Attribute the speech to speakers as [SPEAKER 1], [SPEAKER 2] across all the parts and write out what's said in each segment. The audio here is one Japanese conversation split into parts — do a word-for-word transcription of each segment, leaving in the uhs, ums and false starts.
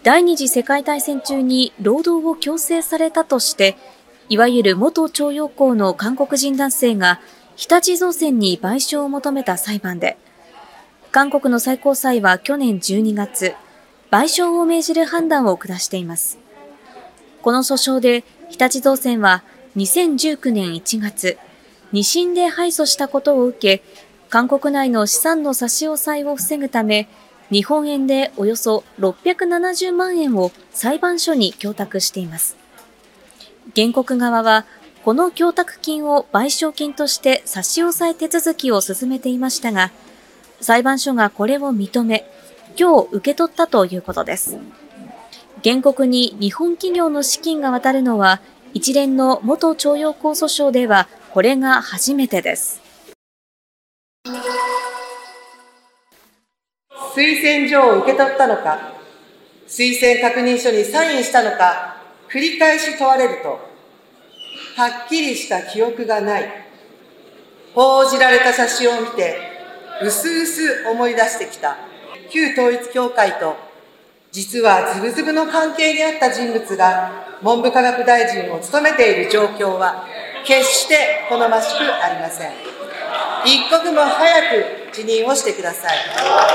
[SPEAKER 1] 第二次世界大戦中に労働を強制されたとして、いわゆる元徴用工の韓国人男性が日立造船に賠償を求めた裁判で、韓国の最高裁は去年じゅうにがつ、賠償を命じる判断を下しています。この訴訟で日立造船はにせんじゅうきゅうねんいちがつ、二審で敗訴したことを受け、韓国内の資産の差し押さえを防ぐため、日本円でおよそろっぴゃくななじゅうまんえんを裁判所に供託しています。原告側は、この供託金を賠償金として差し押さえ手続きを進めていましたが、裁判所がこれを認め、今日受け取ったということです。原告に日本企業の資金が渡るのは、一連の元徴用工訴訟ではこれが初めてです。
[SPEAKER 2] 推薦状を受け取ったのか、推薦確認書にサインしたのか、繰り返し問われると、はっきりした記憶がない。報じられた写真を見て、うすうす思い出してきた。旧統一教会と、実はズブズブの関係にあった人物が、文部科学大臣を務めている状況は、決して好ましくありません。一刻も早く辞任をしてください。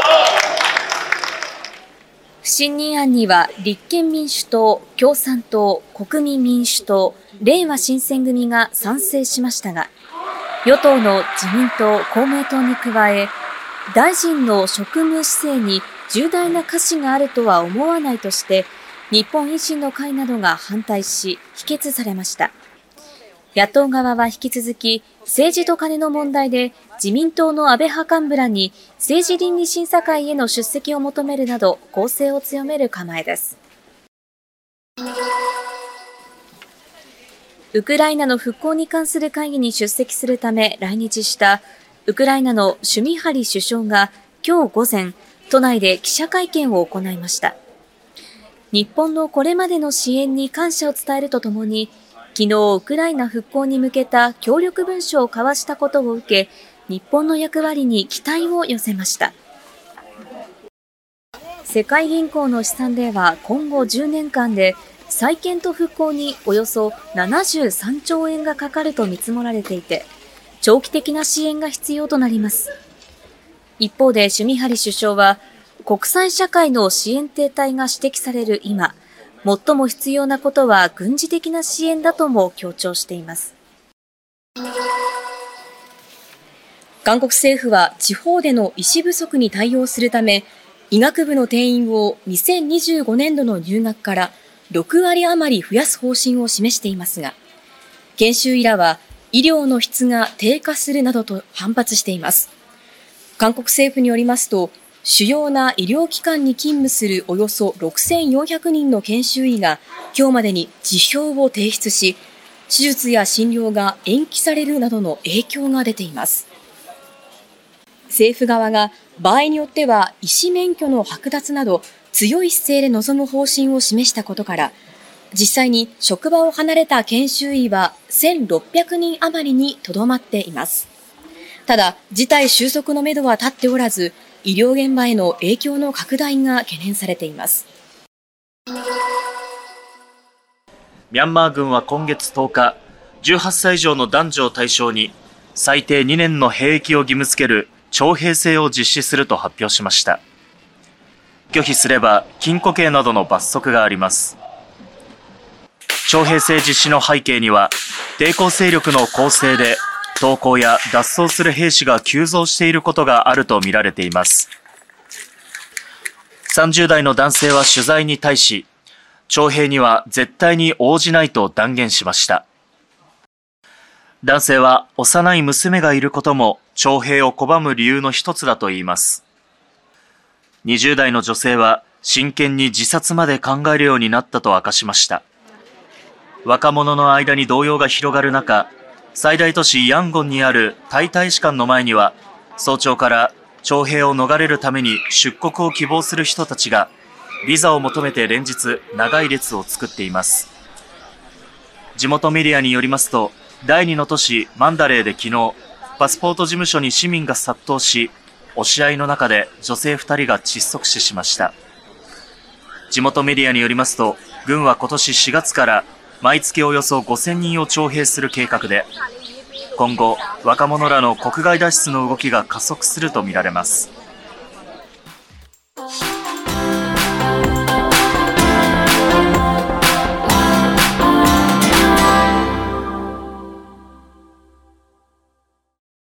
[SPEAKER 1] 不信任案には立憲民主党、共産党、国民民主党、れいわ新選組が賛成しましたが、与党の自民党、公明党に加え、大臣の職務姿勢に重大な瑕疵があるとは思わないとして、日本維新の会などが反対し、否決されました。野党側は引き続き、政治とカネの問題で自民党の安倍派幹部らに政治倫理審査会への出席を求めるなど攻勢を強める構えです。ウクライナの復興に関する会議に出席するため来日したウクライナのシュミハリ首相が今日午前、都内で記者会見を行いました。日本のこれまでの支援に感謝を伝えるとともに、昨日、ウクライナ復興に向けた協力文書を交わしたことを受け、日本の役割に期待を寄せました。世界銀行の試算では今後じゅうねんかんで再建と復興におよそななじゅうさんちょうえんがかかると見積もられていて、長期的な支援が必要となります。一方でシュミハリ首相は、国際社会の支援停滞が指摘される今、最も必要なことは軍事的な支援だとも強調しています。韓国政府は地方での医師不足に対応するため、医学部の定員をにせんにじゅうごねんどの入学からろくわり余り増やす方針を示していますが、研修医らは医療の質が低下するなどと反発しています。韓国政府によりますと、主要な医療機関に勤務するおよそろくせんよんひゃくにんの研修医が今日までに辞表を提出し、手術や診療が延期されるなどの影響が出ています。政府側が場合によっては医師免許の剥奪など強い姿勢で臨む方針を示したことから、実際に職場を離れた研修医はせんろっぴゃくにん余りにとどまっています。ただ、事態収束のめどは立っておらず、医療現場への影響の拡大が懸念されています。
[SPEAKER 3] ミャンマー軍は今月とおか、じゅうはっさい以上の男女を対象に最低にねんの兵役を義務付ける徴兵制を実施すると発表しました。拒否すれば禁錮刑などの罰則があります。徴兵制実施の背景には、抵抗勢力の攻勢で投降や脱走する兵士が急増していることがあるとみられています。さんじゅうだいの男性は取材に対し、徴兵には絶対に応じないと断言しました。男性は幼い娘がいることも徴兵を拒む理由の一つだといいます。にじゅうだいの女性は真剣に自殺まで考えるようになったと明かしました。若者の間に動揺が広がる中、最大都市ヤンゴンにあるタイ大使館の前には、早朝から徴兵を逃れるために出国を希望する人たちが、ビザを求めて連日長い列を作っています。地元メディアによりますと、第二の都市マンダレーで昨日、パスポート事務所に市民が殺到し、押し合いの中で女性ふたりが窒息死しました。 地元メディアによりますと、軍は今年しがつから毎月およそごせんにんを徴兵する計画で、今後、若者らの国外脱出の動きが加速するとみられます。